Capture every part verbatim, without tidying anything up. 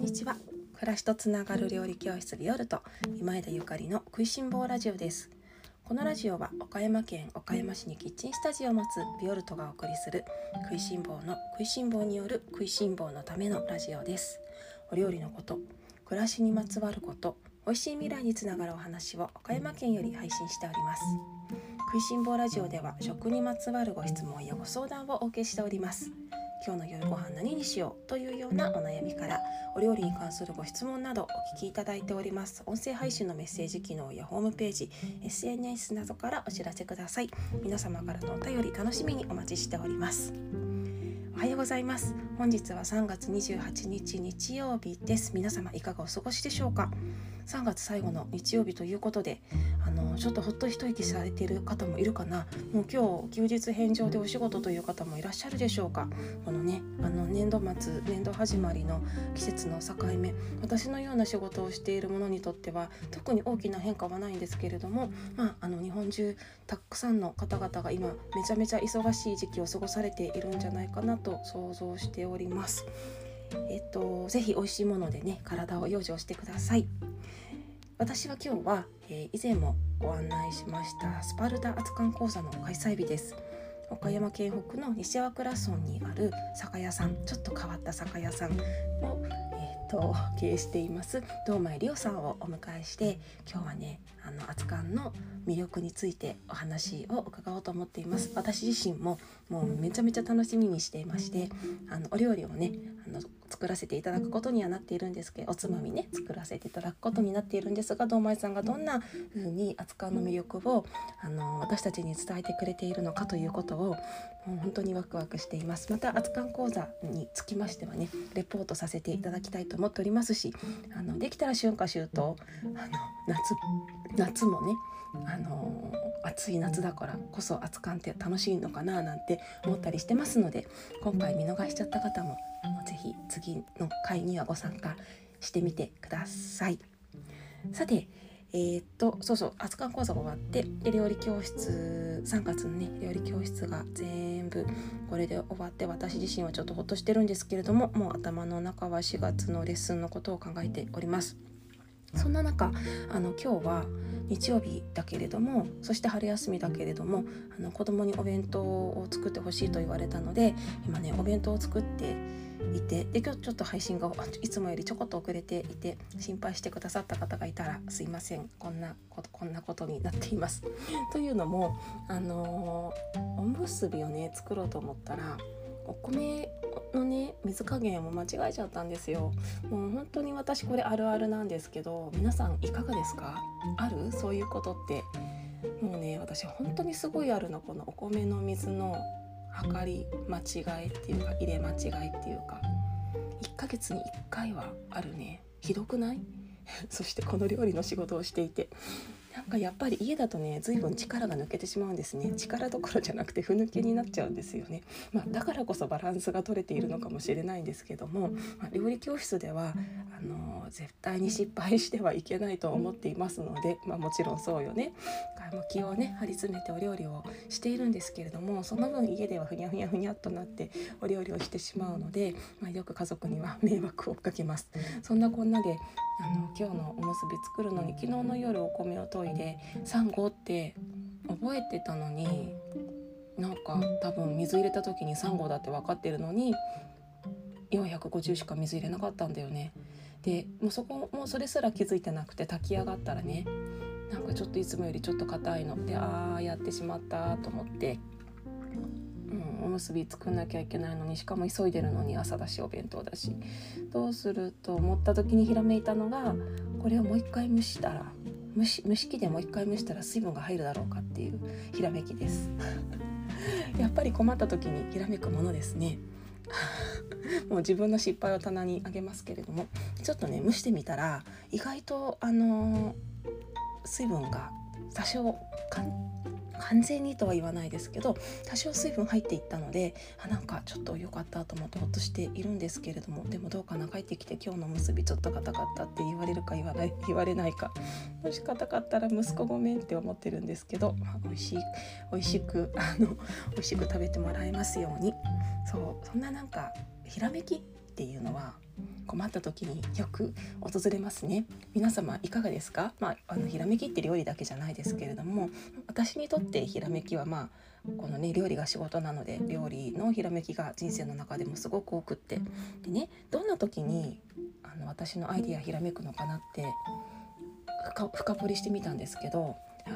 にちは。暮らしとつながる料理教室ビオルト今枝ゆかりの食いしん坊ラジオです。このラジオは岡山県岡山市にキッチンスタジオを持つビオルトがお送りする食いしん坊の食いしん坊による食いしん坊のためのラジオです。お料理のこと、暮らしにまつわること、美味しい未来につながるお話を岡山県より配信しております。食いしん坊ラジオでは食にまつわるご質問やご相談をお受けしております。今日の夜ご飯何にしようというようなお悩みからお料理に関するご質問などお聞きいただいております。音声配信のメッセージ機能やホームページ、エスエヌエス などからお知らせください。皆様からのお便り楽しみにお待ちしております。おはようございます。本日はさんがつにじゅうはちにち日曜日です。皆様いかがお過ごしでしょうか。さんがつ最後の日曜日ということで、あのちょっとほっと一息されている方もいるかな。もう今日休日返上でお仕事という方もいらっしゃるでしょうか。このね、あの年度末、年度始まりの季節の境目、私のような仕事をしている者にとっては特に大きな変化はないんですけれども、まあ、あの日本中たくさんの方々が今めちゃめちゃ忙しい時期を過ごされているんじゃないかなと想像しております。えっと、ぜひ美味しいものでね、体を養生してください。私は今日は、えー、以前もご案内しましたスパルタ熱燗講座の開催日です。岡山県北の西粟倉村にある酒屋さん、ちょっと変わった酒屋さんを、えー、と経営しています堂前理央さんをお迎えして、今日はね、あの熱燗の魅力についてお話を伺おうと思っています。私自身ももうめちゃめちゃ楽しみにしていまして、あのお料理をね、あの作らせていただくことにはなっているんですけど、おつまみね作らせていただくことになっているんですが、堂前さんがどんな風に熱燗の魅力をあの私たちに伝えてくれているのかということをもう本当にワクワクしています。また熱燗講座につきましてはね、レポートさせていただきたいと思っておりますし、あのできたら春夏秋冬、あの夏夏もね、あの暑い夏だからこそ熱燗って楽しいのかななんて思ったりしてますので、今回見逃しちゃった方もぜひ次の回にはご参加してみてください。さて、えー、っとそうそう熱燗講座が終わってで料理教室、さんがつのね料理教室が全部これで終わって、私自身はちょっとほっとしてるんですけれども、もう頭の中はしがつのレッスンのことを考えております。そんな中、あの今日は日曜日だけれども、そして春休みだけれども、あの子供にお弁当を作ってほしいと言われたので、今ねお弁当を作っていて、で今日ちょっと配信がいつもよりちょこっと遅れていて、心配してくださった方がいたらすいません。こんなことこんなことになっていますというのも、あのー、おむすびをね作ろうと思ったらお米のね水加減を間違えちゃったんですよ。もう本当に私これあるあるなんですけど、皆さんいかがですか？ある？そういうことって。もうね、私本当にすごいあるの、このお米の水の測り間違いっていうか、入れ間違いっていうか、いっかげつにいっかいはあるね。ひどくない？そしてこの料理の仕事をしていて、なんかやっぱり家だとね、随分力が抜けてしまうんですね。力どころじゃなくてふぬけになっちゃうんですよね。まあ、だからこそバランスが取れているのかもしれないんですけども、まあ、料理教室ではあの絶対に失敗してはいけないと思っていますので、まあ、もちろんそうよね。気をね張り詰めてお料理をしているんですけれども、その分家ではふにゃふにゃふにゃっとなってお料理をしてしまうので、まあ、よく家族には迷惑をかけます。そんなこんなであの今日のおむすび作るのに昨日の夜お米を研いでさん合って覚えてたのに、なんか多分水入れた時にさん合だって分かってるのによんひゃくごじゅうしか水入れなかったんだよね。でもうそこもうそれすら気づいてなくて、炊き上がったらね、なんかちょっといつもよりちょっと硬いので、あーやってしまったと思って、うん、おむすび作んなきゃいけないのに、しかも急いでるのに朝だしお弁当だし、どうすると思った時にひらめいたのが、これをもう一回蒸したら蒸し蒸し器でもう一回蒸したら水分が入るだろうかっていうひらめきですやっぱり困った時にひらめくものですねもう自分の失敗を棚にあげますけれども、ちょっとね蒸してみたら意外とあのー、水分が多少かん完全にとは言わないですけど多少水分入っていったので、あなんかちょっと良かったと思ってほっとしているんですけれども、でもどうかな、帰ってきて今日のむすびちょっと硬かったって言われるか言わない言われないか、もし硬かったら息子ごめんって思ってるんですけど、まあ、美味しい美味しくあの美味しく食べてもらえますように。そうそんななんかひらめきっていうのは困った時によく訪れますね。皆様いかがですか？まあ、あのひらめきって料理だけじゃないですけれども、私にとってひらめきはまあこのね料理が仕事なので、料理のひらめきが人生の中でもすごく多くって、でね、どんな時にあの私のアイディアひらめくのかなって深, 深掘りしてみたんですけど、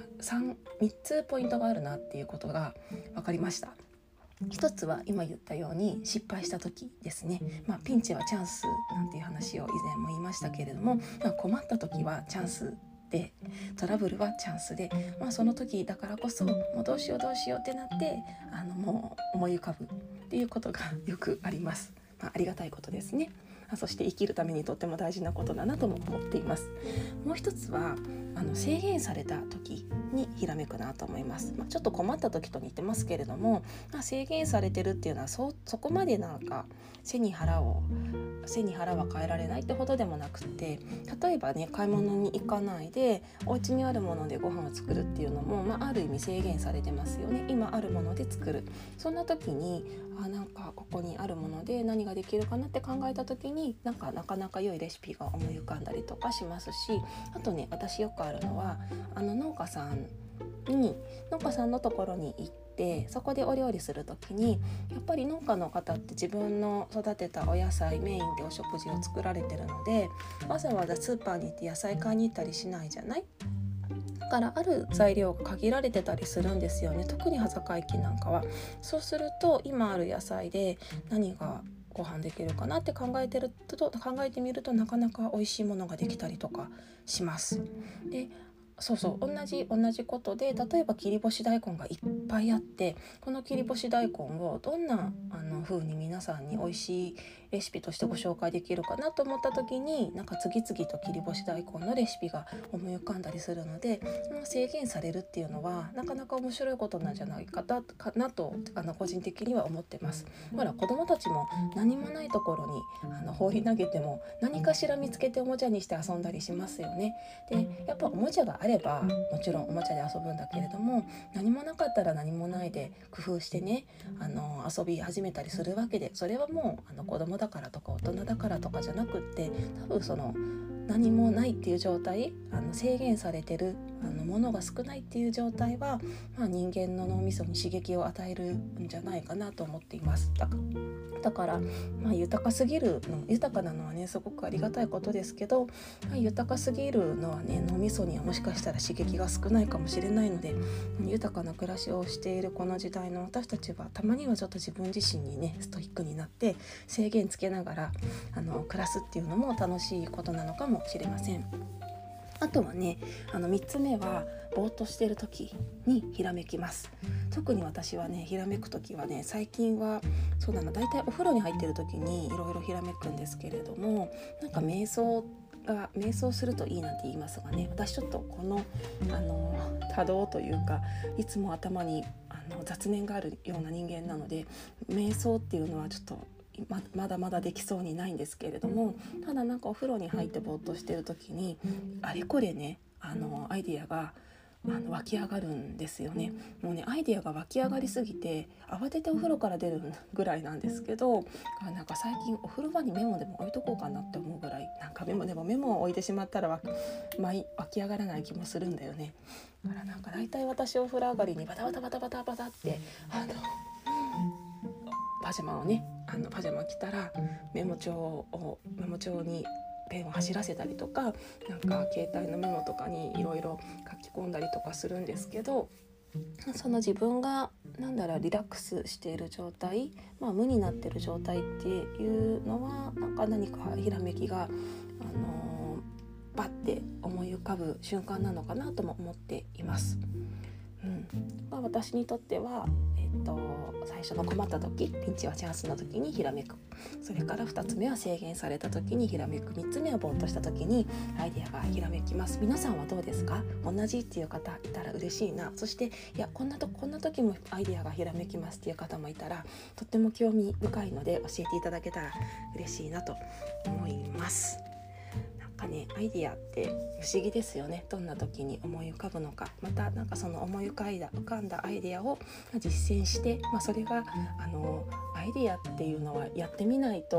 3, 3つポイントがあるなっていうことが分かりました。一つは今言ったように失敗した時ですね。まあ、ピンチはチャンスなんていう話を以前も言いましたけれども、まあ、困った時はチャンスで、トラブルはチャンスで、まあ、その時だからこそもうどうしようどうしようってなってあのもう思い浮かぶっていうことがよくあります。まあ、ありがたいことですね。そして生きるためにとっても大事なことだなとも思っています。もう一つはあの制限された時にひらめくなと思います。まあ、ちょっと困った時と似てますけれども、まあ、制限されてるっていうのは そ, そこまでなんか背に腹を背に腹は変えられないってほどでもなくて、例えばね買い物に行かないでお家にあるものでご飯を作るっていうのも、まあ、ある意味制限されてますよね。今あるもので作る。そんな時にあなんかここにあるもので何ができるかなって考えた時になんかなかなか良いレシピが思い浮かんだりとかしますし、あとね私よくあるのはあの農家さんに農家さんのところに行ってそこでお料理するときにやっぱり農家の方って自分の育てたお野菜メインでお食事を作られてるので、わざわざスーパーに行って野菜買いに行ったりしないじゃない。だからある材料が限られてたりするんですよね。特に端境期なんかは。そうすると今ある野菜で何がご飯できるかなって考えてると考えてみるとなかなか美味しいものができたりとかします。でそうそう同じ同じことで、例えば切り干し大根がいっぱいあって、この切り干し大根をどんなあの風に皆さんに美味しいレシピとしてご紹介できるかなと思った時に、なんか次々と切り干し大根のレシピが思い浮かんだりするので、制限されるっていうのはなかなか面白いことなんじゃないかなとあの個人的には思ってます。ほら子どもたちも何もないところにあの放り投げても何かしら見つけておもちゃにして遊んだりしますよね。でやっぱおもちゃがあればもちろんおもちゃで遊ぶんだけれども、何もなかったら何もないで工夫してねあの遊び始めたりするわけで、それはもうあの子供だからとか大人だからとかじゃなくって、多分その何もないっていう状態、あの制限されてるあのものが少ないっていう状態は、まあ、人間の脳みそに刺激を与えるんじゃないかなと思っています。だからだから、まあ、豊かすぎるの豊かなのはねすごくありがたいことですけど、まあ、豊かすぎるのはね脳みそにはもしかしたら刺激が少ないかもしれないので、豊かな暮らしをしているこの時代の私たちはたまにはちょっと自分自身にねストイックになって制限つけながらあの暮らすっていうのも楽しいことなのかもしれません。あとはねあのみっつめはぼーっとしている時にひらめきます。特に私はねひらめく時はね最近はそうだなだいたいお風呂に入ってる時にいろいろひらめくんですけれども、なんか瞑想が瞑想するといいなんて言いますがね、私ちょっとこのあの多動というかいつも頭にあの雑念があるような人間なので、瞑想っていうのはちょっとま, まだまだできそうにないんですけれども、ただなんかお風呂に入ってぼーっとしてる時にあれこれねあのアイディアがあの湧き上がるんですよね。もうねアイディアが湧き上がりすぎて慌ててお風呂から出るぐらいなんですけど、なんか最近お風呂場にメモでも置いとこうかなって思うぐらい、なんかメモでもメモを置いてしまったら湧き上がらない気もするんだよね。だからなんか大体私お風呂上がりにバタバタバタバタバタってあのパジャマをねあのパジャマ着たらメモ帳をメモ帳にペンを走らせたりとか、なんか携帯のメモとかにいろいろ書き込んだりとかするんですけど、その自分がなんだろうリラックスしている状態、まあ、無になっている状態っていうのはなんか何かひらめきが、あのー、バッて思い浮かぶ瞬間なのかなとも思っています。うんまあ、私にとっては、えっと、最初の困った時ピンチはチャンスの時にひらめく、それからふたつめは制限された時にひらめく、みっつめはぼーっとした時にアイデアがひらめきます。皆さんはどうですか？同じっていう方いたら嬉しいな。そしていやこんなとこんな時もアイデアがひらめきますっていう方もいたらとっても興味深いので教えていただけたら嬉しいなと思います。なんかね、アイディアって不思議ですよね。どんな時に思い浮かぶのか、またなんかその思い浮かんだ浮かんだアイデアを実践して、まあ、それがあのアイディアっていうのはやってみないと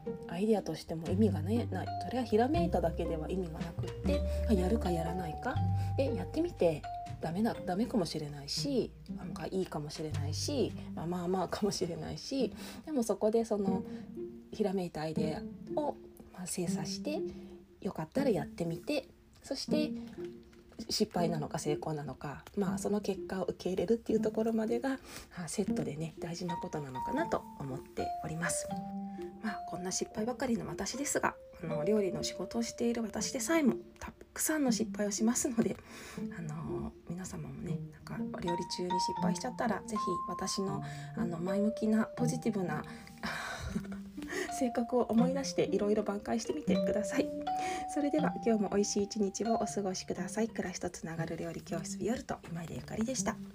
アイデアとしても意味が、ね、ない。それはひらめいただけでは意味がなくって、やるかやらないかでやってみて、ダメなダメかもしれないし、なんかいいかもしれないし、まあまあまあかもしれないし、でもそこでそのひらめいたアイデアを、まあ、精査して、よかったらやってみて、そして失敗なのか成功なのか、まあその結果を受け入れるっていうところまでがセットでね、大事なことなのかなと思っております。まあこんな失敗ばかりの私ですが、あの料理の仕事をしている私でさえもたくさんの失敗をしますので、あの皆様もね、なんかお料理中に失敗しちゃったら、ぜひ私のあの前向きなポジティブな性格を思い出していろいろ挽回してみてください。それでは今日も美味しい一日をお過ごしください。暮らしとつながる料理教室ビオルト今井でゆかりでした。